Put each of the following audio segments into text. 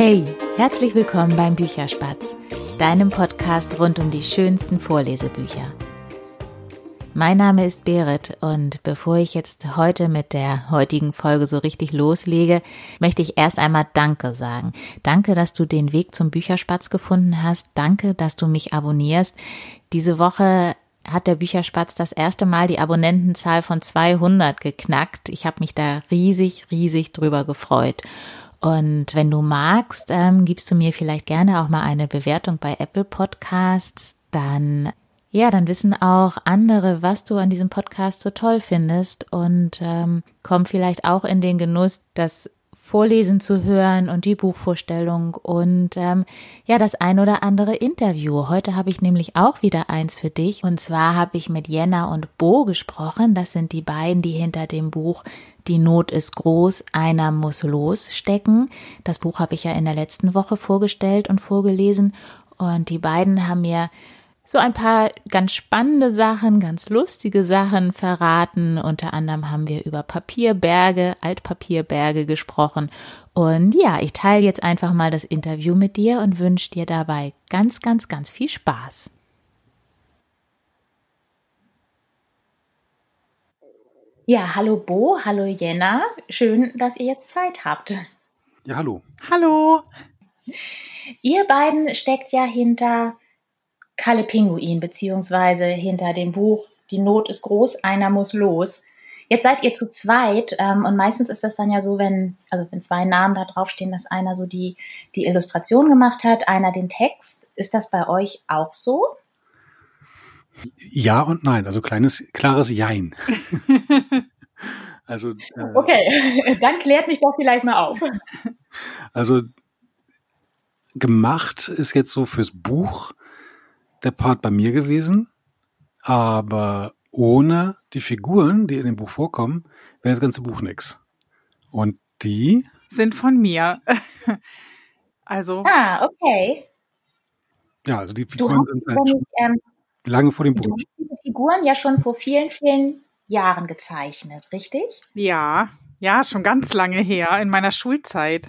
Hey, herzlich willkommen beim Bücherspatz, deinem Podcast rund um die schönsten Vorlesebücher. Mein Name ist Berit und bevor ich jetzt heute mit der heutigen Folge so richtig loslege, möchte ich erst einmal Danke sagen. Danke, dass du den Weg zum Bücherspatz gefunden hast. Danke, dass du mich abonnierst. Diese Woche hat der Bücherspatz das erste Mal die Abonnentenzahl von 200 geknackt. Ich habe mich da riesig drüber gefreut. Und wenn du magst, gibst du mir vielleicht gerne auch mal eine Bewertung bei Apple Podcasts. Dann wissen auch andere, was du an diesem Podcast so toll findest und komm vielleicht auch in den Genuss, das Vorlesen zu hören und die Buchvorstellung und das ein oder andere Interview. Heute habe ich nämlich auch wieder eins für dich. Und zwar habe ich mit Jenna und Bo gesprochen. Das sind die beiden, die hinter dem Buch Die Not ist groß, einer muss los stecken. Das Buch habe ich ja in der letzten Woche vorgestellt und vorgelesen. Und die beiden haben mir so ein paar ganz spannende Sachen, ganz lustige Sachen verraten. Unter anderem haben wir über Papierberge, Altpapierberge gesprochen. Und ja, ich teile jetzt einfach mal das Interview mit dir und wünsche dir dabei ganz viel Spaß. Ja, hallo Bo, hallo Jenna. Schön, dass ihr jetzt Zeit habt. Ja, hallo. Hallo. Ihr beiden steckt ja hinter Kalle Pinguin, beziehungsweise hinter dem Buch Die Not ist groß, einer muss los. Jetzt seid ihr zu zweit und meistens ist das dann ja so, wenn zwei Namen da draufstehen, dass einer so die Illustration gemacht hat, einer den Text. Ist das bei euch auch so? Ja und nein, also klares Jein. Also okay, dann klärt mich doch vielleicht mal auf. Also gemacht ist jetzt so fürs Buch der Part bei mir gewesen, aber ohne die Figuren, die in dem Buch vorkommen, wäre das ganze Buch nix. Und die sind von mir. Also. Ah, okay. Ja, also die Figuren sind halt schon lange vor dem Buch. Du hast diese Figuren ja schon vor vielen Jahren gezeichnet, richtig? Ja, schon ganz lange her, in meiner Schulzeit.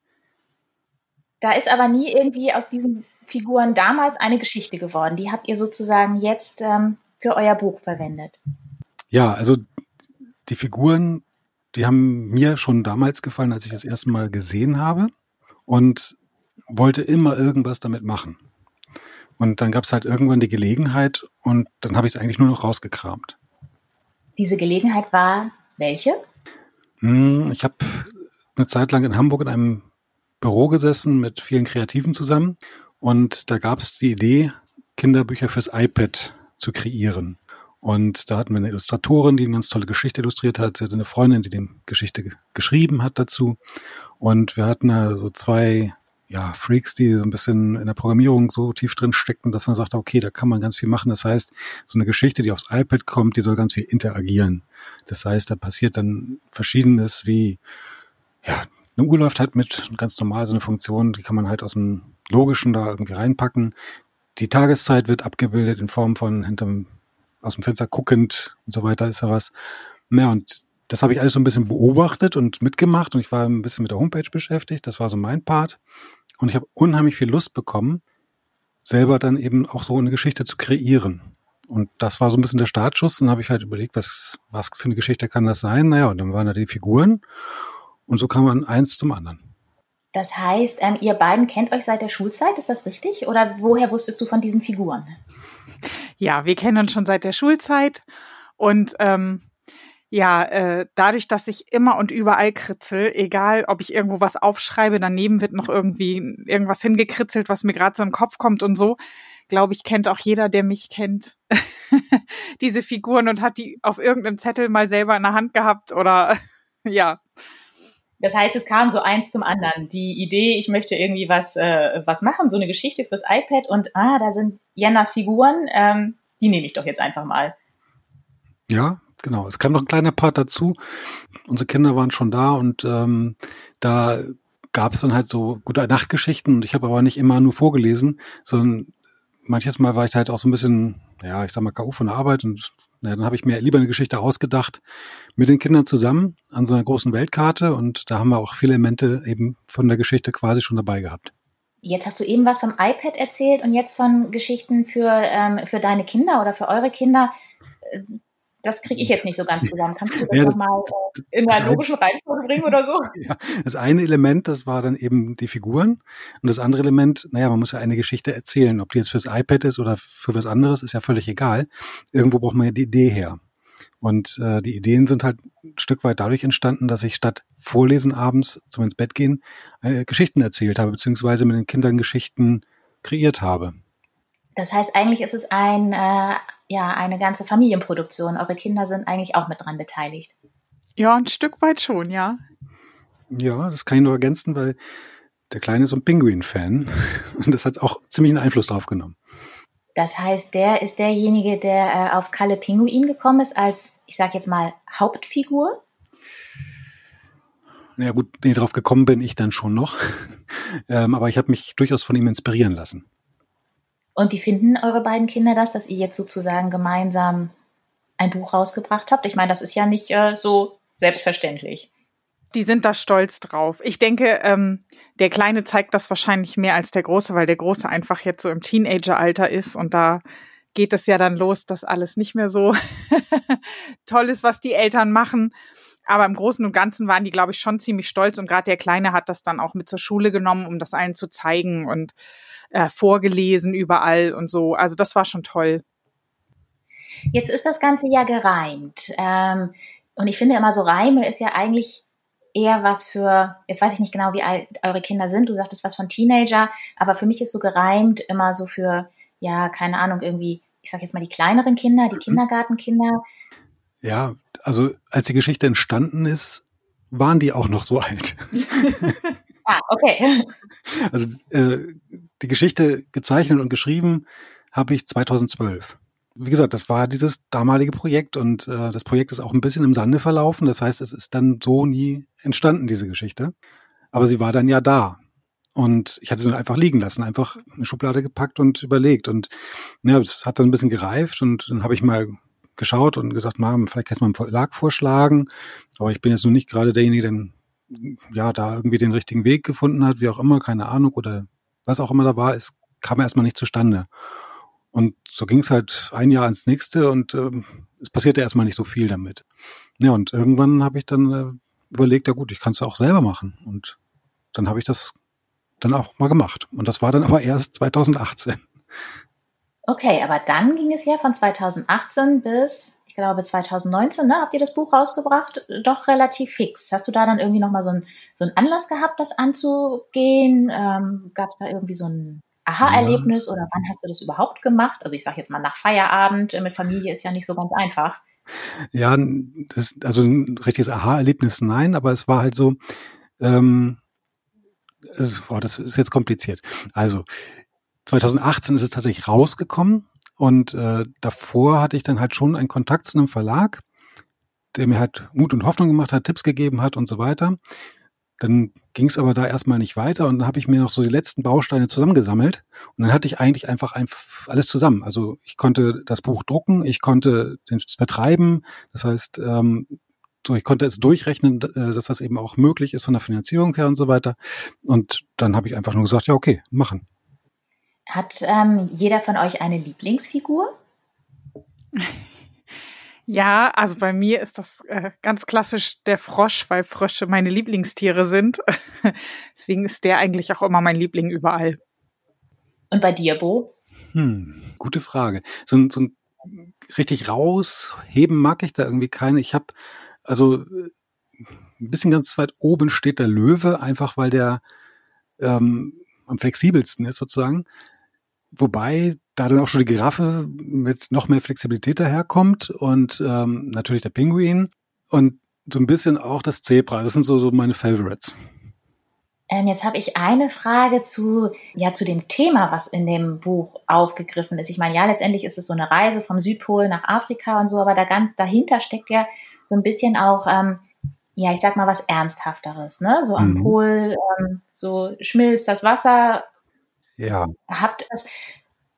Da ist aber nie irgendwie aus diesen Figuren damals eine Geschichte geworden. Die habt ihr sozusagen jetzt für euer Buch verwendet. Ja, also die Figuren, die haben mir schon damals gefallen, als ich das erste Mal gesehen habe und wollte immer irgendwas damit machen. Und dann gab es halt irgendwann die Gelegenheit und dann habe ich es eigentlich nur noch rausgekramt. Diese Gelegenheit war welche? Ich habe eine Zeit lang in Hamburg in einem Büro gesessen mit vielen Kreativen zusammen und da gab es die Idee, Kinderbücher fürs iPad zu kreieren. Und da hatten wir eine Illustratorin, die eine ganz tolle Geschichte illustriert hat. Sie hatte eine Freundin, die die Geschichte geschrieben hat dazu. Und wir hatten da so zwei Freaks, die so ein bisschen in der Programmierung so tief drin steckten, dass man sagte, okay, da kann man ganz viel machen. Das heißt, so eine Geschichte, die aufs iPad kommt, die soll ganz viel interagieren. Das heißt, da passiert dann Verschiedenes wie, eine Uhr läuft halt mit ganz normal so eine Funktion, die kann man halt aus dem Logischen da irgendwie reinpacken. Die Tageszeit wird abgebildet in Form von aus dem Fenster guckend und so weiter ist ja was. Ja, und das habe ich alles so ein bisschen beobachtet und mitgemacht und ich war ein bisschen mit der Homepage beschäftigt. Das war so mein Part. Und ich habe unheimlich viel Lust bekommen, selber dann eben auch so eine Geschichte zu kreieren. Und das war so ein bisschen der Startschuss. Und dann habe ich halt überlegt, was für eine Geschichte kann das sein? Naja, und dann waren da die Figuren. Und so kam man eins zum anderen. Das heißt, ihr beiden kennt euch seit der Schulzeit, ist das richtig? Oder woher wusstest du von diesen Figuren? Ja, wir kennen uns schon seit der Schulzeit. Und dadurch, dass ich immer und überall kritzel, egal ob ich irgendwo was aufschreibe, daneben wird noch irgendwie irgendwas hingekritzelt, was mir gerade so im Kopf kommt und so, glaube ich, kennt auch jeder, der mich kennt, diese Figuren und hat die auf irgendeinem Zettel mal selber in der Hand gehabt oder ja. Das heißt, es kam so eins zum anderen. Die Idee, ich möchte irgendwie was machen, so eine Geschichte fürs iPad und da sind Jennas Figuren, die nehme ich doch jetzt einfach mal. Ja, genau. Es kam noch ein kleiner Part dazu. Unsere Kinder waren schon da und da gab es dann halt so gute Nachtgeschichten und ich habe aber nicht immer nur vorgelesen, sondern manches Mal war ich halt auch so ein bisschen, ich sag mal, K.O. von der Arbeit und dann habe ich mir lieber eine Geschichte ausgedacht mit den Kindern zusammen an so einer großen Weltkarte und da haben wir auch viele Elemente eben von der Geschichte quasi schon dabei gehabt. Jetzt hast du eben was vom iPad erzählt und jetzt von Geschichten für deine Kinder oder für eure Kinder. Das kriege ich jetzt nicht so ganz zusammen. Kannst du das nochmal in einer logischen Reihenfolge bringen oder so? Ja, das eine Element, das war dann eben die Figuren. Und das andere Element, man muss ja eine Geschichte erzählen. Ob die jetzt fürs iPad ist oder für was anderes, ist ja völlig egal. Irgendwo braucht man ja die Idee her. Und die Ideen sind halt ein Stück weit dadurch entstanden, dass ich statt Vorlesen abends zum ins Bett gehen Geschichten erzählt habe, beziehungsweise mit den Kindern Geschichten kreiert habe. Das heißt, eigentlich ist es eine ganze Familienproduktion. Eure Kinder sind eigentlich auch mit dran beteiligt. Ja, ein Stück weit schon, ja. Ja, das kann ich nur ergänzen, weil der Kleine ist so ein Pinguin-Fan und das hat auch ziemlich einen Einfluss drauf genommen. Das heißt, der ist derjenige, der auf Kalle Pinguin gekommen ist als, ich sag jetzt mal, Hauptfigur? Ja gut, drauf gekommen bin ich dann schon noch, aber ich habe mich durchaus von ihm inspirieren lassen. Und wie finden eure beiden Kinder das, dass ihr jetzt sozusagen gemeinsam ein Buch rausgebracht habt? Ich meine, das ist ja nicht so selbstverständlich. Die sind da stolz drauf. Ich denke, der Kleine zeigt das wahrscheinlich mehr als der Große, weil der Große einfach jetzt so im Teenageralter ist und da geht es ja dann los, dass alles nicht mehr so toll ist, was die Eltern machen. Aber im Großen und Ganzen waren die, glaube ich, schon ziemlich stolz und gerade der Kleine hat das dann auch mit zur Schule genommen, um das allen zu zeigen und vorgelesen überall und so. Also das war schon toll. Jetzt ist das Ganze ja gereimt. Und ich finde immer so, Reime ist ja eigentlich eher was für, jetzt weiß ich nicht genau, wie alt eure Kinder sind. Du sagtest was von Teenager, aber für mich ist so gereimt immer so für, ja, keine Ahnung, irgendwie, ich sag jetzt mal die kleineren Kinder, die Kindergartenkinder. Ja, also als die Geschichte entstanden ist, waren die auch noch so alt. Okay. Also die Geschichte gezeichnet und geschrieben habe ich 2012. Wie gesagt, das war dieses damalige Projekt und das Projekt ist auch ein bisschen im Sande verlaufen. Das heißt, es ist dann so nie entstanden, diese Geschichte. Aber sie war dann ja da. Und ich hatte sie einfach liegen lassen, einfach eine Schublade gepackt und überlegt. Und ja, es hat dann ein bisschen gereift und dann habe ich mal geschaut und gesagt, vielleicht kannst du mal einen Verlag vorschlagen. Aber ich bin jetzt nur nicht gerade derjenige, der da irgendwie den richtigen Weg gefunden hat, wie auch immer, keine Ahnung, oder was auch immer da war, es kam erstmal nicht zustande. Und so ging es halt ein Jahr ins nächste und es passierte erstmal nicht so viel damit. Ja, und irgendwann habe ich dann überlegt, ja gut, ich kann es auch selber machen. Und dann habe ich das dann auch mal gemacht. Und das war dann aber erst 2018. Okay, aber dann ging es ja von 2018 bis, ich glaube, 2019, ne, habt ihr das Buch rausgebracht, doch relativ fix. Hast du da dann irgendwie nochmal so einen Anlass gehabt, das anzugehen? Gab es da irgendwie so ein Aha-Erlebnis oder wann hast du das überhaupt gemacht? Also ich sage jetzt mal nach Feierabend mit Familie ist ja nicht so ganz einfach. Ja, also ein richtiges Aha-Erlebnis nein, aber es war halt so, das ist jetzt kompliziert. Also 2018 ist es tatsächlich rausgekommen und davor hatte ich dann halt schon einen Kontakt zu einem Verlag, der mir halt Mut und Hoffnung gemacht hat, Tipps gegeben hat und so weiter. Dann ging es aber da erstmal nicht weiter und dann habe ich mir noch so die letzten Bausteine zusammengesammelt und dann hatte ich eigentlich einfach alles zusammen. Also ich konnte das Buch drucken, ich konnte es vertreiben, das heißt, ich konnte es durchrechnen, dass das eben auch möglich ist von der Finanzierung her und so weiter. Und dann habe ich einfach nur gesagt, ja okay, machen. Hat jeder von euch eine Lieblingsfigur? Ja, also bei mir ist das ganz klassisch der Frosch, weil Frösche meine Lieblingstiere sind. Deswegen ist der eigentlich auch immer mein Liebling überall. Und bei dir, Bo? Gute Frage. So ein richtig rausheben mag ich da irgendwie keine. Ich habe also ein bisschen ganz weit oben steht der Löwe, einfach weil der am flexibelsten ist sozusagen. Wobei da dann auch schon die Giraffe mit noch mehr Flexibilität daherkommt und natürlich der Pinguin und so ein bisschen auch das Zebra. Das sind so meine Favorites. Jetzt habe ich eine Frage zu dem Thema, was in dem Buch aufgegriffen ist. Ich meine, ja, letztendlich ist es so eine Reise vom Südpol nach Afrika und so, aber dahinter steckt ja so ein bisschen auch, ich sag mal was Ernsthafteres, ne? So am Pol, so schmilzt das Wasser. Ja.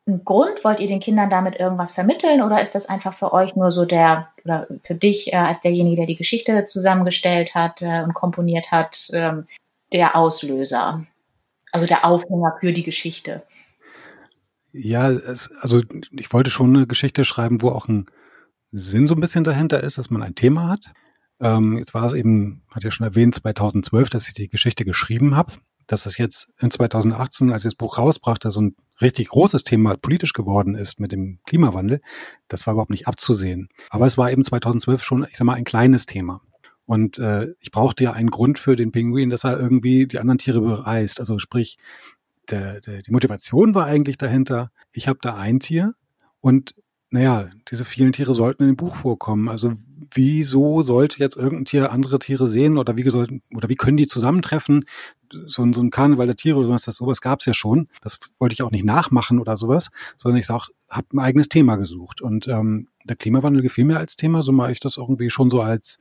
einen Grund? Wollt ihr den Kindern damit irgendwas vermitteln oder ist das einfach für euch nur so oder für dich als derjenige, der die Geschichte zusammengestellt hat und komponiert hat, der Auslöser, also der Aufhänger für die Geschichte? Ja, also ich wollte schon eine Geschichte schreiben, wo auch ein Sinn so ein bisschen dahinter ist, dass man ein Thema hat. Jetzt war es eben, hat ja schon erwähnt, 2012, dass ich die Geschichte geschrieben habe. Dass es jetzt in 2018, als ich das Buch rausbrachte, so ein richtig großes Thema politisch geworden ist mit dem Klimawandel, das war überhaupt nicht abzusehen. Aber es war eben 2012 schon, ich sag mal, ein kleines Thema. Und ich brauchte ja einen Grund für den Pinguin, dass er irgendwie die anderen Tiere bereist. Also sprich, die Motivation war eigentlich dahinter, ich habe da ein Tier und naja, diese vielen Tiere sollten in dem Buch vorkommen. Also wieso sollte jetzt irgendein Tier andere Tiere sehen oder wie können die zusammentreffen? So ein Karneval der Tiere oder sowas gab es ja schon. Das wollte ich auch nicht nachmachen oder sowas, sondern ich habe ein eigenes Thema gesucht. Und der Klimawandel gefiel mir als Thema, so mache ich das irgendwie schon so als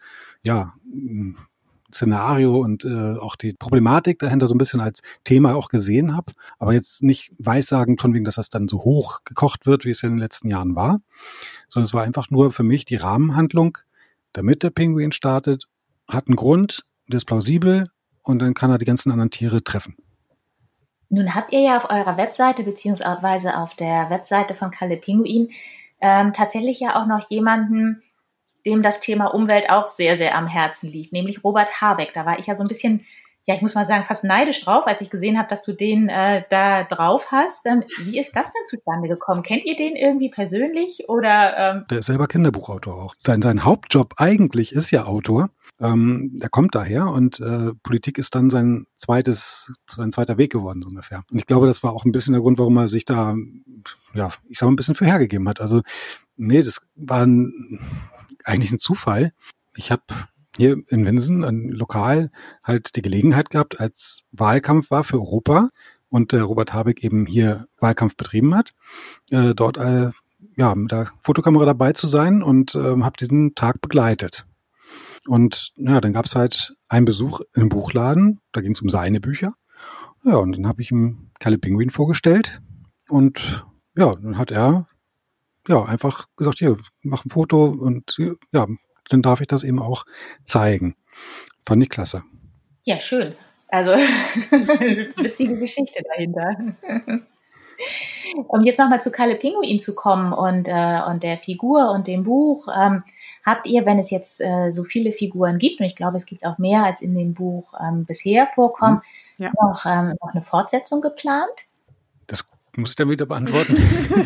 Szenario und auch die Problematik dahinter so ein bisschen als Thema auch gesehen habe, aber jetzt nicht weissagend von wegen, dass das dann so hoch gekocht wird, wie es in den letzten Jahren war, sondern es war einfach nur für mich die Rahmenhandlung, damit der Pinguin startet, hat einen Grund, der ist plausibel und dann kann er die ganzen anderen Tiere treffen. Nun habt ihr ja auf eurer Webseite beziehungsweise auf der Webseite von Kalle Pinguin tatsächlich ja auch noch jemanden, dem das Thema Umwelt auch sehr, sehr am Herzen liegt, nämlich Robert Habeck. Da war ich ja so ein bisschen, ich muss mal sagen, fast neidisch drauf, als ich gesehen habe, dass du den da drauf hast. Wie ist das denn zustande gekommen? Kennt ihr den irgendwie persönlich? Oder? Der ist selber Kinderbuchautor auch. Sein Hauptjob eigentlich ist ja Autor. Der kommt daher und Politik ist dann sein zweiter Weg geworden, so ungefähr. Und ich glaube, das war auch ein bisschen der Grund, warum er sich da, ich sag mal, ein bisschen für hergegeben hat. Also, nee, das war eigentlich ein Zufall. Ich habe hier in Winsen, ein Lokal, halt die Gelegenheit gehabt, als Wahlkampf war für Europa und Robert Habeck eben hier Wahlkampf betrieben hat, dort mit der Fotokamera dabei zu sein und habe diesen Tag begleitet. Und ja, dann gab es halt einen Besuch in einem Buchladen, da ging es um seine Bücher. Ja, und dann habe ich ihm Kalle Pinguin vorgestellt und ja, dann hat er einfach gesagt, hier, mach ein Foto und ja, dann darf ich das eben auch zeigen. Fand ich klasse. Ja, schön. Also witzige Geschichte dahinter. Um jetzt nochmal zu Kalle Pinguin zu kommen und der Figur und dem Buch, habt ihr, wenn es jetzt so viele Figuren gibt, und ich glaube, es gibt auch mehr als in dem Buch bisher vorkommen, noch eine Fortsetzung geplant? Das muss ich dann wieder beantworten.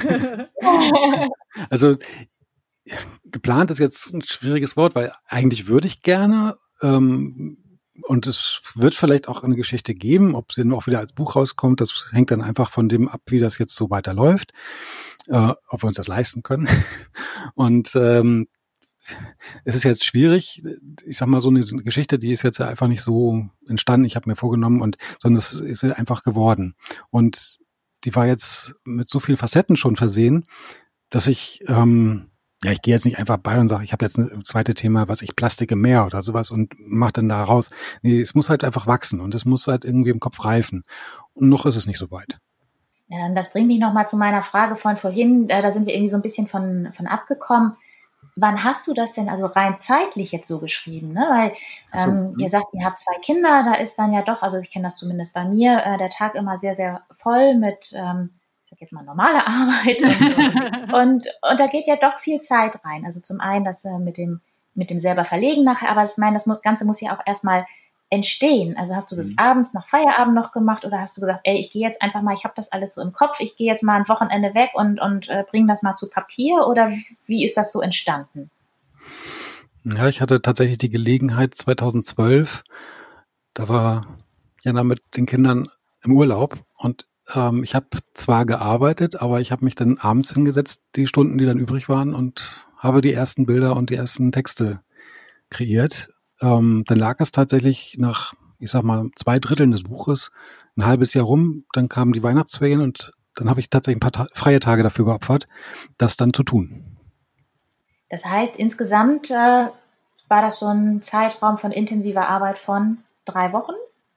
Also geplant ist jetzt ein schwieriges Wort, weil eigentlich würde ich gerne und es wird vielleicht auch eine Geschichte geben, ob sie dann auch wieder als Buch rauskommt, das hängt dann einfach von dem ab, wie das jetzt so weiterläuft, ob wir uns das leisten können. Und es ist jetzt schwierig, ich sag mal, so eine Geschichte, die ist jetzt ja einfach nicht so entstanden, ich habe mir vorgenommen, sondern es ist einfach geworden. Und die war jetzt mit so vielen Facetten schon versehen, dass ich ich gehe jetzt nicht einfach bei und sage, ich habe jetzt ein zweites Thema, Plastik im Meer oder sowas und mache dann da raus. Nee, es muss halt einfach wachsen und es muss halt irgendwie im Kopf reifen. Und noch ist es nicht so weit. Ja, und das bringt mich nochmal zu meiner Frage von vorhin. Da sind wir irgendwie so ein bisschen von abgekommen. Wann hast du das denn also rein zeitlich jetzt so geschrieben? Ne? Weil ihr sagt, ihr habt 2 Kinder, da ist dann ja doch, also ich kenne das zumindest bei mir, der Tag immer sehr, sehr voll mit jetzt mal normale Arbeit und da geht ja doch viel Zeit rein. Also zum einen das mit dem selber Verlegen nachher, aber ich meine, das Ganze muss ja auch erstmal entstehen. Also hast du das abends nach Feierabend noch gemacht oder hast du gesagt, ich gehe jetzt einfach mal, ich habe das alles so im Kopf, ich gehe jetzt mal ein Wochenende weg und bringe das mal zu Papier oder wie ist das so entstanden? Ja, ich hatte tatsächlich die Gelegenheit 2012, da war Jana mit den Kindern im Urlaub und ich habe zwar gearbeitet, aber ich habe mich dann abends hingesetzt, die Stunden, die dann übrig waren und habe die ersten Bilder und die ersten Texte kreiert. Dann lag es tatsächlich nach, ich sag mal, 2/3 des Buches ein halbes Jahr rum. Dann kamen die Weihnachtsferien und dann habe ich tatsächlich ein paar freie Tage dafür geopfert, das dann zu tun. Das heißt, insgesamt war das so ein Zeitraum von intensiver Arbeit von 3 Wochen?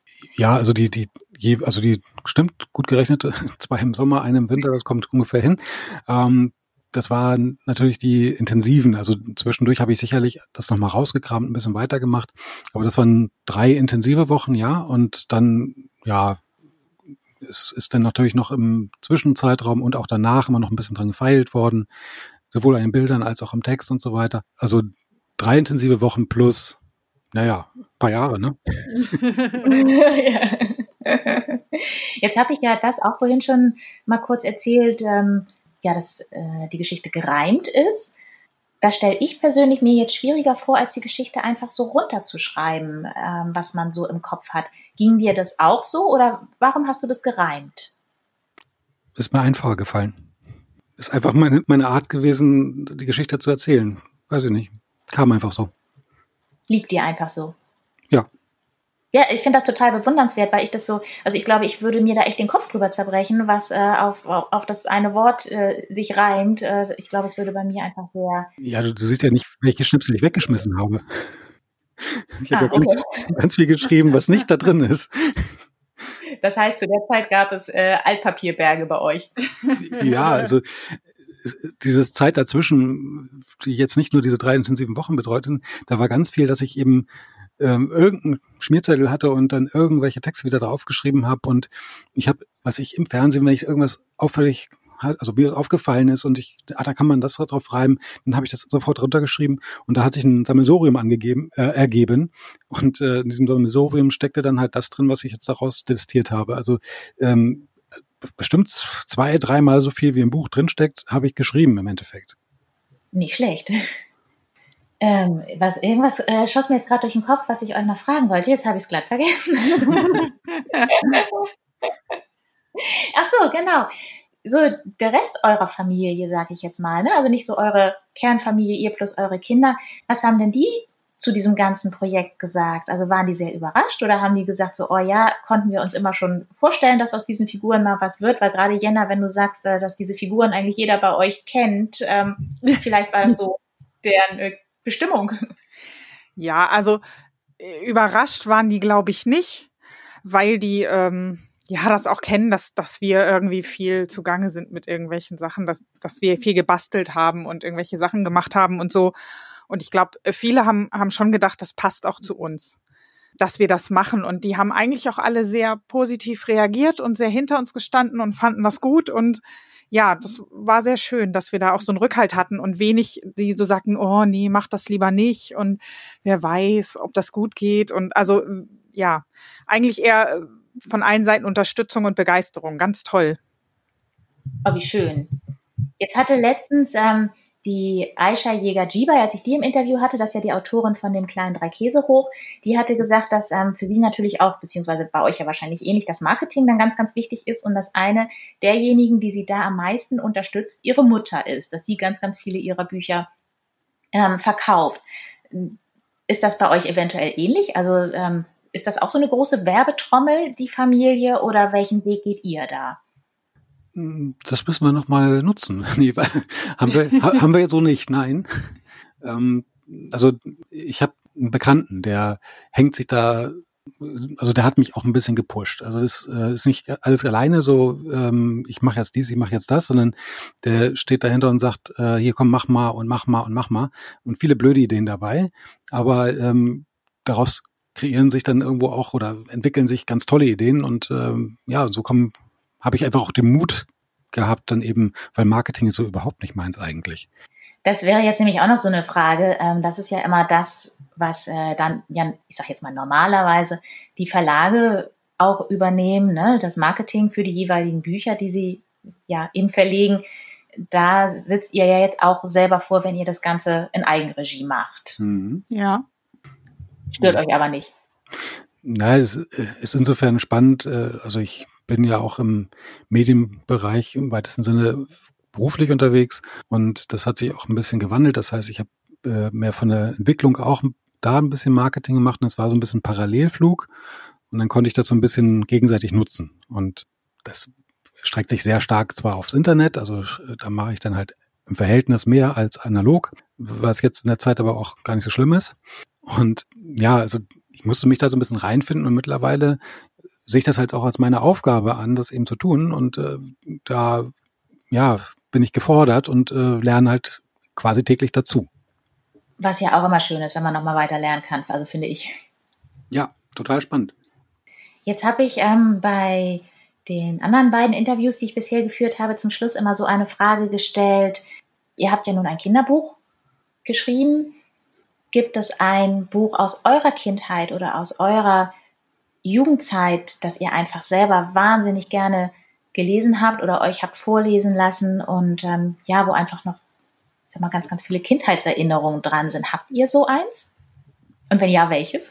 Ja, also die stimmt, gut gerechnet, 2 im Sommer, 1 im Winter, das kommt ungefähr hin. Das waren natürlich die intensiven. Also zwischendurch habe ich sicherlich das nochmal rausgekramt, ein bisschen weitergemacht. Aber das waren 3 intensive Wochen, ja. Und dann, ja, es ist dann natürlich noch im Zwischenzeitraum und auch danach immer noch ein bisschen dran gefeilt worden. Sowohl an den Bildern als auch am Text und so weiter. Also 3 intensive Wochen plus, naja, ein paar Jahre, ne? Jetzt habe ich ja das auch vorhin schon mal kurz erzählt, dass die Geschichte gereimt ist. Das stelle ich persönlich mir jetzt schwieriger vor, als die Geschichte einfach so runterzuschreiben, was man so im Kopf hat. Ging dir das auch so oder warum hast du das gereimt? Ist mir einfacher gefallen. Ist einfach meine Art gewesen, die Geschichte zu erzählen. Weiß ich nicht. Kam einfach so. Liegt dir einfach so? Ja. Ja, ich finde das total bewundernswert, weil ich das so, also ich glaube, ich würde mir da echt den Kopf drüber zerbrechen, was auf das eine Wort sich reimt. Ich glaube, es würde bei mir einfach sehr... Ja, du siehst ja nicht, welche Schnipsel ich weggeschmissen habe. Ich habe ganz viel geschrieben, was nicht da drin ist. Das heißt, zu der Zeit gab es Altpapierberge bei euch. Ja, also diese Zeit dazwischen, die jetzt nicht nur diese 3 intensiven Wochen betreuten, da war ganz viel, dass ich eben irgendeinen Schmierzettel hatte und dann irgendwelche Texte wieder draufgeschrieben habe. Und ich habe, was ich im Fernsehen, wenn ich irgendwas auffällig hat, also mir aufgefallen ist und da kann man das drauf reimen, dann habe ich das sofort runtergeschrieben und da hat sich ein Sammelsurium ergeben und in diesem Sammelsurium steckte dann halt das drin, was ich jetzt daraus destilliert habe. Also bestimmt 2-3 Mal so viel wie im Buch drinsteckt, habe ich geschrieben im Endeffekt. Nicht schlecht. Irgendwas schoss mir jetzt gerade durch den Kopf, was ich euch noch fragen wollte. Jetzt habe ich es glatt vergessen. Ach so, genau. So der Rest eurer Familie, sage ich jetzt mal, ne? Also nicht so eure Kernfamilie, ihr plus eure Kinder. Was haben denn die zu diesem ganzen Projekt gesagt? Also waren die sehr überrascht oder haben die gesagt so, oh ja, konnten wir uns immer schon vorstellen, dass aus diesen Figuren mal was wird? Weil gerade Jenna, wenn du sagst, dass diese Figuren eigentlich jeder bei euch kennt, vielleicht war das so deren Bestimmung. Ja, also überrascht waren die, glaube ich, nicht, weil die das auch kennen, dass wir irgendwie viel zugange sind mit irgendwelchen Sachen, dass wir viel gebastelt haben und irgendwelche Sachen gemacht haben und so. Und ich glaube, viele haben schon gedacht, das passt auch zu uns, dass wir das machen. Und die haben eigentlich auch alle sehr positiv reagiert und sehr hinter uns gestanden und fanden das gut. Und ja, das war sehr schön, dass wir da auch so einen Rückhalt hatten und wenig, die so sagten, oh nee, mach das lieber nicht und wer weiß, ob das gut geht. Und also ja, eigentlich eher von allen Seiten Unterstützung und Begeisterung. Ganz toll. Oh, wie schön. Jetzt hatte letztens die Aisha Jäger-Djibai, als ich die im Interview hatte, das ist ja die Autorin von dem kleinen 3 Käse hoch, die hatte gesagt, dass für sie natürlich auch, beziehungsweise bei euch ja wahrscheinlich ähnlich, das Marketing dann ganz, ganz wichtig ist und dass eine derjenigen, die sie da am meisten unterstützt, ihre Mutter ist, dass sie ganz, ganz viele ihrer Bücher verkauft. Ist das bei euch eventuell ähnlich? Also ist das auch so eine große Werbetrommel, die Familie, oder welchen Weg geht ihr da? Das müssen wir noch mal nutzen. Nee, haben wir jetzt so nicht, nein. Also ich habe einen Bekannten, der hängt sich da, also der hat mich auch ein bisschen gepusht. Also das ist nicht alles alleine so, ich mache jetzt dies, ich mache jetzt das, sondern der steht dahinter und sagt, hier komm, mach mal und mach mal und mach mal. Und viele blöde Ideen dabei, aber daraus kreieren sich dann irgendwo auch oder entwickeln sich ganz tolle Ideen und so habe ich einfach auch den Mut gehabt, dann eben, weil Marketing ist so überhaupt nicht meins eigentlich. Das wäre jetzt nämlich auch noch so eine Frage. Das ist ja immer das, was dann, ja, ich sage jetzt mal normalerweise, die Verlage auch übernehmen, ne? Das Marketing für die jeweiligen Bücher, die sie ja eben verlegen. Da sitzt ihr ja jetzt auch selber vor, wenn ihr das Ganze in Eigenregie macht. Mhm. Ja. Stört euch aber nicht. Nein, es ist insofern spannend. Also ich bin ja auch im Medienbereich im weitesten Sinne beruflich unterwegs und das hat sich auch ein bisschen gewandelt. Das heißt, ich habe mehr von der Entwicklung auch da ein bisschen Marketing gemacht und es war so ein bisschen Parallelflug und dann konnte ich das so ein bisschen gegenseitig nutzen und das streckt sich sehr stark zwar aufs Internet, also da mache ich dann halt im Verhältnis mehr als analog, was jetzt in der Zeit aber auch gar nicht so schlimm ist. Und ja, also ich musste mich da so ein bisschen reinfinden und mittlerweile sehe ich das halt auch als meine Aufgabe an, das eben zu tun und da bin ich gefordert und lerne halt quasi täglich dazu. Was ja auch immer schön ist, wenn man nochmal weiter lernen kann, also finde ich. Ja, total spannend. Jetzt habe ich bei den anderen beiden Interviews, die ich bisher geführt habe, zum Schluss immer so eine Frage gestellt. Ihr habt ja nun ein Kinderbuch geschrieben. Gibt es ein Buch aus eurer Kindheit oder aus eurer Jugendzeit, das ihr einfach selber wahnsinnig gerne gelesen habt oder euch habt vorlesen lassen und wo einfach noch, ich sag mal, ganz, ganz viele Kindheitserinnerungen dran sind? Habt ihr so eins? Und wenn ja, welches?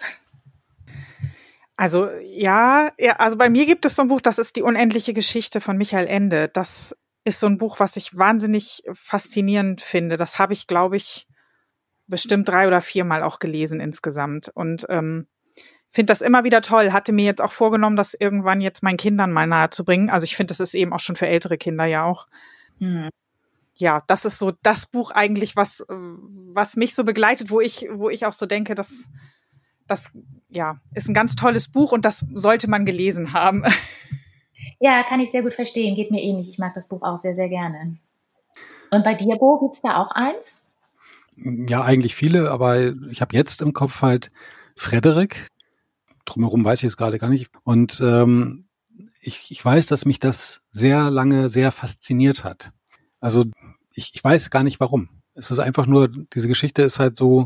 Also also bei mir gibt es so ein Buch, das ist die unendliche Geschichte von Michael Ende. Das ist so ein Buch, was ich wahnsinnig faszinierend finde. Das habe ich, glaube ich, bestimmt 3 oder 4 Mal auch gelesen insgesamt. Und finde das immer wieder toll. Hatte mir jetzt auch vorgenommen, das irgendwann jetzt meinen Kindern mal nahe zu bringen. Also ich finde, das ist eben auch schon für ältere Kinder ja auch. Ja, das ist so das Buch eigentlich, was mich so begleitet, wo ich auch so denke, das ist ein ganz tolles Buch und das sollte man gelesen haben. Ja, kann ich sehr gut verstehen. Geht mir ähnlich. Ich mag das Buch auch sehr, sehr gerne. Und bei dir, Bo, gibt's da auch eins? Ja, eigentlich viele, aber ich habe jetzt im Kopf halt Frederik. Drumherum weiß ich es gerade gar nicht. Und ich weiß, dass mich das sehr lange sehr fasziniert hat. Also ich weiß gar nicht warum. Es ist einfach nur, diese Geschichte ist halt so,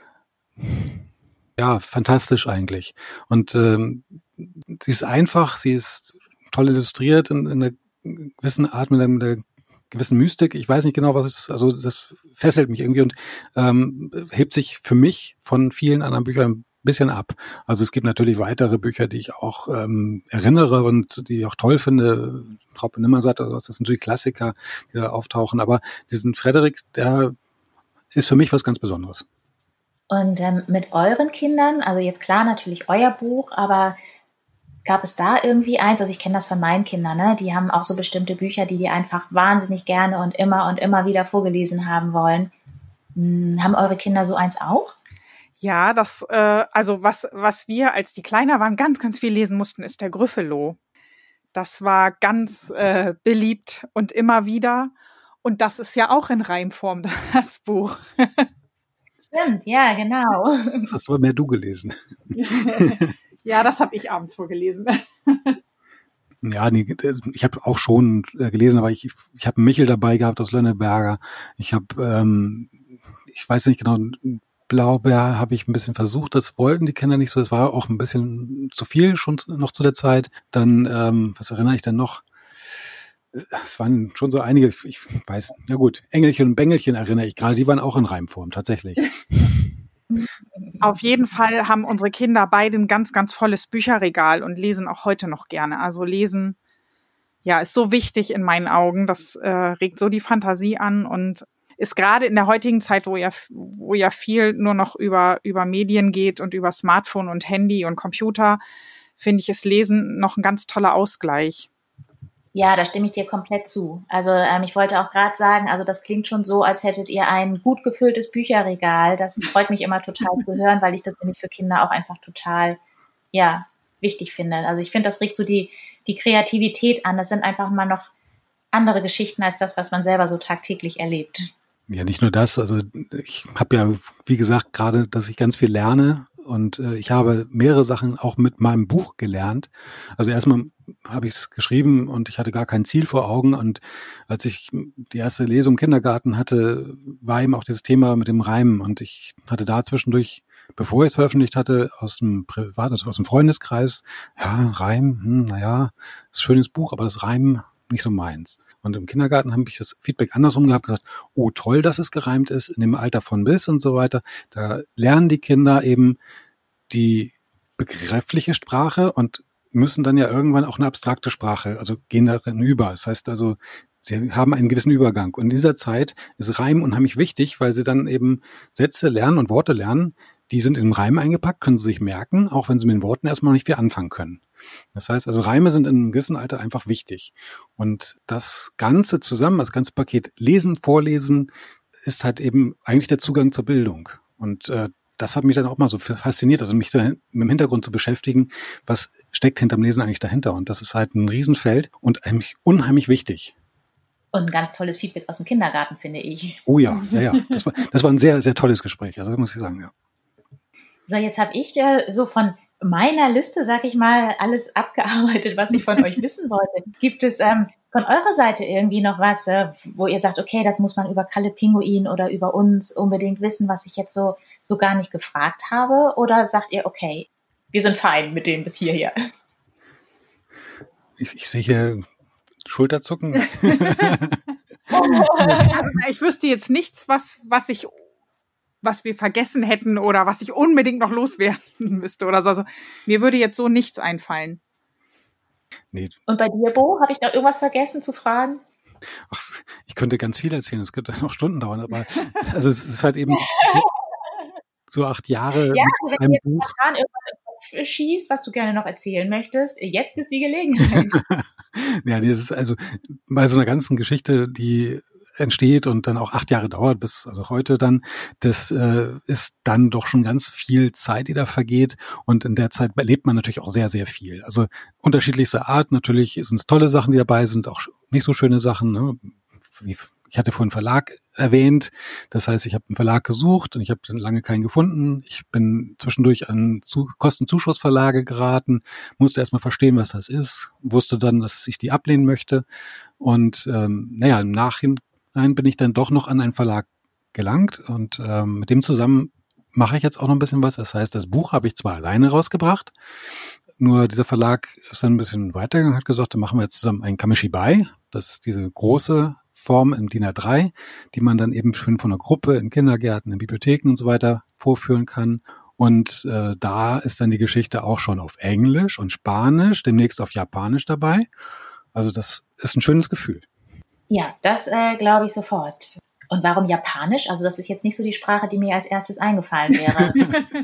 ja, fantastisch eigentlich. Und sie ist einfach, sie ist toll illustriert in einer gewissen Art, mit einer gewissen Mystik. Ich weiß nicht genau, was es ist. Also das fesselt mich irgendwie und hebt sich für mich von vielen anderen Büchern ein bisschen ab. Also es gibt natürlich weitere Bücher, die ich auch erinnere und die ich auch toll finde. Raupe Nimmersatt oder was, das sind natürlich Klassiker, die da auftauchen. Aber diesen Frederik, der ist für mich was ganz Besonderes. Und mit euren Kindern, also jetzt klar natürlich euer Buch, aber gab es da irgendwie eins? Also ich kenne das von meinen Kindern, ne? Die haben auch so bestimmte Bücher, die einfach wahnsinnig gerne und immer wieder vorgelesen haben wollen. Haben eure Kinder so eins auch? Ja, das, also was wir, als die kleiner waren, ganz, ganz viel lesen mussten, ist der Gryffalo. Das war ganz beliebt und immer wieder. Und das ist ja auch in Reimform, das Buch. Stimmt, ja, genau. Das hast aber mehr du gelesen. Ja, das habe ich abends vorgelesen. Ja, nee, ich habe auch schon gelesen, aber ich habe Michel dabei gehabt aus Lönneberger. Ich habe, ich weiß nicht genau, Blaubeer habe ich ein bisschen versucht, das wollten die Kinder nicht so, das war auch ein bisschen zu viel schon noch zu der Zeit. Dann, was erinnere ich denn noch? Es waren schon so einige, ich weiß, na gut, Engelchen und Bengelchen erinnere ich gerade, die waren auch in Reimform, tatsächlich. Auf jeden Fall haben unsere Kinder beide ein ganz, ganz volles Bücherregal und lesen auch heute noch gerne. Also lesen, ja, ist so wichtig in meinen Augen. Das regt so die Fantasie an und ist gerade in der heutigen Zeit, wo ja viel nur noch über Medien geht und über Smartphone und Handy und Computer, finde ich, ist Lesen noch ein ganz toller Ausgleich. Ja, da stimme ich dir komplett zu. Also ich wollte auch gerade sagen, also das klingt schon so, als hättet ihr ein gut gefülltes Bücherregal. Das freut mich immer total zu hören, weil ich das nämlich für Kinder auch einfach total, ja, wichtig finde. Also ich finde, das regt so die Kreativität an. Das sind einfach mal noch andere Geschichten als das, was man selber so tagtäglich erlebt. Ja, nicht nur das. Also ich habe ja, wie gesagt, gerade, dass ich ganz viel lerne. Und ich habe mehrere Sachen auch mit meinem Buch gelernt. Also erstmal habe ich es geschrieben und ich hatte gar kein Ziel vor Augen. Und als ich die erste Lesung im Kindergarten hatte, war eben auch dieses Thema mit dem Reimen. Und ich hatte da zwischendurch, bevor ich es veröffentlicht hatte, aus dem Freundeskreis, ja, Reim, naja, ist ein schönes Buch, aber das Reimen nicht so meins. Und im Kindergarten habe ich das Feedback andersrum gehabt, gesagt, oh toll, dass es gereimt ist, in dem Alter von bis und so weiter. Da lernen die Kinder eben die begriffliche Sprache und müssen dann ja irgendwann auch eine abstrakte Sprache, also gehen darin über. Das heißt also, sie haben einen gewissen Übergang. Und in dieser Zeit ist Reim unheimlich wichtig, weil sie dann eben Sätze lernen und Worte lernen, die sind in Reim eingepackt, können sie sich merken, auch wenn sie mit den Worten erstmal noch nicht viel anfangen können. Das heißt also, Reime sind in einem gewissen Alter einfach wichtig. Und das Ganze zusammen, das ganze Paket Lesen, Vorlesen, ist halt eben eigentlich der Zugang zur Bildung. Und das hat mich dann auch mal so fasziniert, also mich so mit dem Hintergrund zu beschäftigen, was steckt hinterm Lesen eigentlich dahinter. Und das ist halt ein Riesenfeld und eigentlich unheimlich wichtig. Und ein ganz tolles Feedback aus dem Kindergarten, finde ich. Oh ja. Das war ein sehr, sehr tolles Gespräch, also das muss ich sagen, ja. So, jetzt habe ich so von meiner Liste, sag ich mal, alles abgearbeitet, was ich von euch wissen wollte. Gibt es von eurer Seite irgendwie noch was, wo ihr sagt, okay, das muss man über Kalle Pinguin oder über uns unbedingt wissen, was ich jetzt so gar nicht gefragt habe? Oder sagt ihr, okay, wir sind fein mit dem bis hierher? Ich sehe hier Schulterzucken. Also, ich wüsste jetzt nichts, was wir vergessen hätten oder was ich unbedingt noch loswerden müsste oder so. Also, mir würde jetzt so nichts einfallen. Nee. Und bei dir, Bo, habe ich noch irgendwas vergessen zu fragen? Ach, ich könnte ganz viel erzählen, es könnte noch Stunden dauern, aber also es ist halt eben so 8 Jahre ja, mit wenn einem du jetzt Buch. spontan irgendwas im Kopf schießt, was du gerne noch erzählen möchtest, jetzt ist die Gelegenheit. Ja, das ist also bei so einer ganzen Geschichte, die entsteht und dann auch 8 Jahre dauert, bis also heute dann, das ist dann doch schon ganz viel Zeit, die da vergeht und in der Zeit erlebt man natürlich auch sehr, sehr viel. Also unterschiedlichste Art, natürlich sind es tolle Sachen, die dabei sind, auch nicht so schöne Sachen, ne? Ich hatte vorhin Verlag erwähnt, das heißt, ich habe einen Verlag gesucht und ich habe dann lange keinen gefunden. Ich bin zwischendurch an Kostenzuschussverlage geraten, musste erstmal verstehen, was das ist, wusste dann, dass ich die ablehnen möchte und im Nachhinein bin ich dann doch noch an einen Verlag gelangt und mit dem zusammen mache ich jetzt auch noch ein bisschen was. Das heißt, das Buch habe ich zwar alleine rausgebracht, nur dieser Verlag ist dann ein bisschen weitergegangen, hat gesagt, dann machen wir jetzt zusammen ein Kamishibai. Das ist diese große Form im DIN A3, die man dann eben schön von einer Gruppe in Kindergärten, in Bibliotheken und so weiter vorführen kann. Und da ist dann die Geschichte auch schon auf Englisch und Spanisch, demnächst auf Japanisch dabei. Also das ist ein schönes Gefühl. Ja, das glaube ich sofort. Und warum Japanisch? Also das ist jetzt nicht so die Sprache, die mir als erstes eingefallen wäre.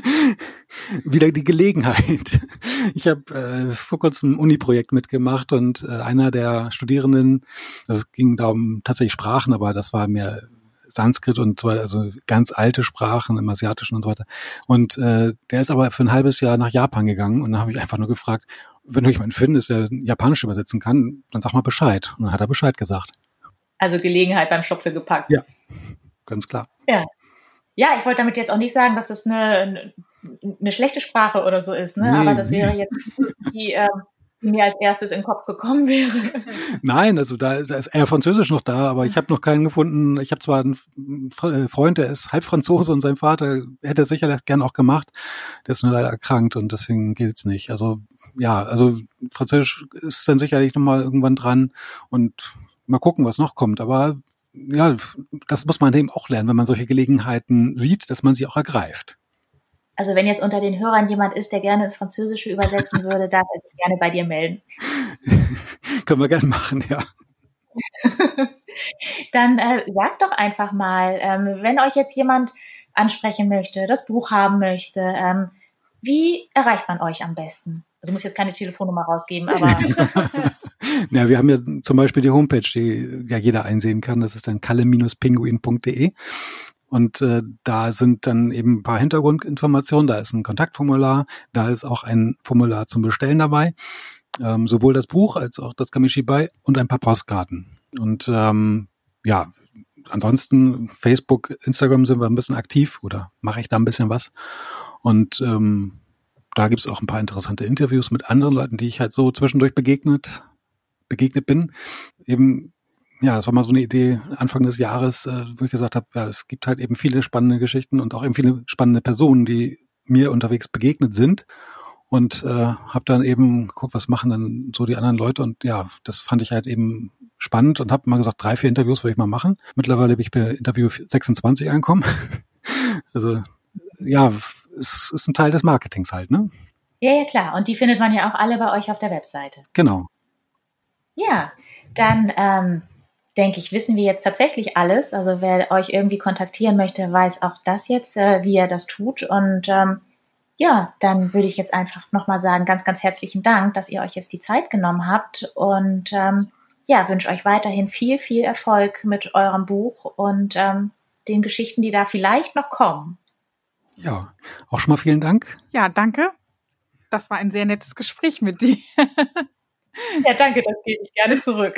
Wieder die Gelegenheit. Ich habe vor kurzem ein Uni-Projekt mitgemacht und einer der Studierenden, also es ging da um tatsächlich Sprachen, aber das war mehr Sanskrit und so weiter, also ganz alte Sprachen im Asiatischen und so weiter. Und der ist aber für ein halbes Jahr nach Japan gegangen und dann habe ich einfach nur gefragt, wenn du jemanden findest, der Japanisch übersetzen kann, dann sag mal Bescheid. Und dann hat er Bescheid gesagt. Also Gelegenheit beim Schopfe gepackt. Ja, ganz klar. Ja, ich wollte damit jetzt auch nicht sagen, dass es eine schlechte Sprache oder so ist, ne? Nee. Aber das wäre jetzt die mir als erstes in den Kopf gekommen wäre. Nein, also da ist eher Französisch noch da, aber ich habe noch keinen gefunden. Ich habe zwar einen Freund, der ist halb Franzose und sein Vater hätte es sicherlich gern auch gemacht. Der ist nur leider erkrankt und deswegen geht's nicht. Also ja, also Französisch ist dann sicherlich nochmal irgendwann dran und mal gucken, was noch kommt. Aber ja, das muss man eben auch lernen, wenn man solche Gelegenheiten sieht, dass man sie auch ergreift. Also wenn jetzt unter den Hörern jemand ist, der gerne ins Französische übersetzen würde, darf er sich gerne bei dir melden. Können wir gerne machen, ja. Dann sagt doch einfach mal, wenn euch jetzt jemand ansprechen möchte, das Buch haben möchte, wie erreicht man euch am besten? Also muss jetzt keine Telefonnummer rausgeben, aber... Ja, wir haben ja zum Beispiel die Homepage, die ja jeder einsehen kann. Das ist dann kalle-pinguin.de. Und da sind dann eben ein paar Hintergrundinformationen. Da ist ein Kontaktformular, da ist auch ein Formular zum Bestellen dabei. Sowohl das Buch als auch das Kamishibai und ein paar Postkarten. Und ja, ansonsten Facebook, Instagram sind wir ein bisschen aktiv oder mache ich da ein bisschen was. Und da gibt's auch ein paar interessante Interviews mit anderen Leuten, die ich halt so zwischendurch begegnet bin. Eben, ja, das war mal so eine Idee Anfang des Jahres, wo ich gesagt habe, ja, es gibt halt eben viele spannende Geschichten und auch eben viele spannende Personen, die mir unterwegs begegnet sind. Und habe dann eben geguckt, was machen dann so die anderen Leute. Und ja, das fand ich halt eben spannend und habe mal gesagt, 3, 4 Interviews will ich mal machen. Mittlerweile bin ich bei Interview 26 angekommen. Also ja, es ist ein Teil des Marketings halt, ne? Ja, klar. Und die findet man ja auch alle bei euch auf der Webseite. Genau. Ja, dann denke ich, wissen wir jetzt tatsächlich alles. Also wer euch irgendwie kontaktieren möchte, weiß auch das jetzt, wie er das tut. Und ja, dann würde ich jetzt einfach nochmal sagen, ganz, ganz herzlichen Dank, dass ihr euch jetzt die Zeit genommen habt. Und ja, wünsche euch weiterhin viel, viel Erfolg mit eurem Buch und den Geschichten, die da vielleicht noch kommen. Ja, Auch schon mal vielen Dank. Ja, danke. Das war ein sehr nettes Gespräch mit dir. Ja, danke, das gebe ich gerne zurück.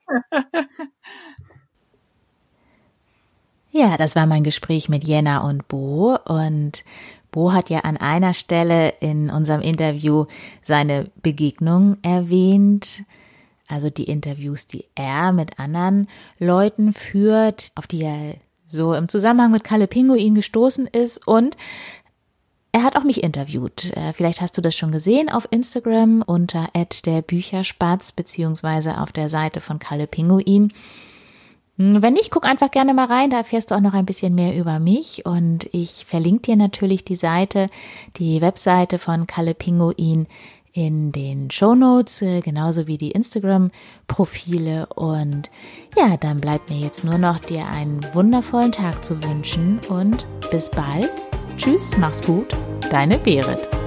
Ja, das war mein Gespräch mit Jenna und Bo. Und Bo hat ja an einer Stelle in unserem Interview seine Begegnung erwähnt. Also die Interviews, die er mit anderen Leuten führt, auf die er so im Zusammenhang mit Kalle Pinguin gestoßen ist. Und er hat auch mich interviewt. Vielleicht hast du das schon gesehen auf Instagram unter @derbücherspatz beziehungsweise auf der Seite von Kalle Pinguin. Wenn nicht, guck einfach gerne mal rein, da erfährst du auch noch ein bisschen mehr über mich und ich verlinke dir natürlich die Webseite von Kalle Pinguin in den Shownotes, genauso wie die Instagram-Profile und ja, dann bleibt mir jetzt nur noch dir einen wundervollen Tag zu wünschen und bis bald. Tschüss, mach's gut, deine Berit.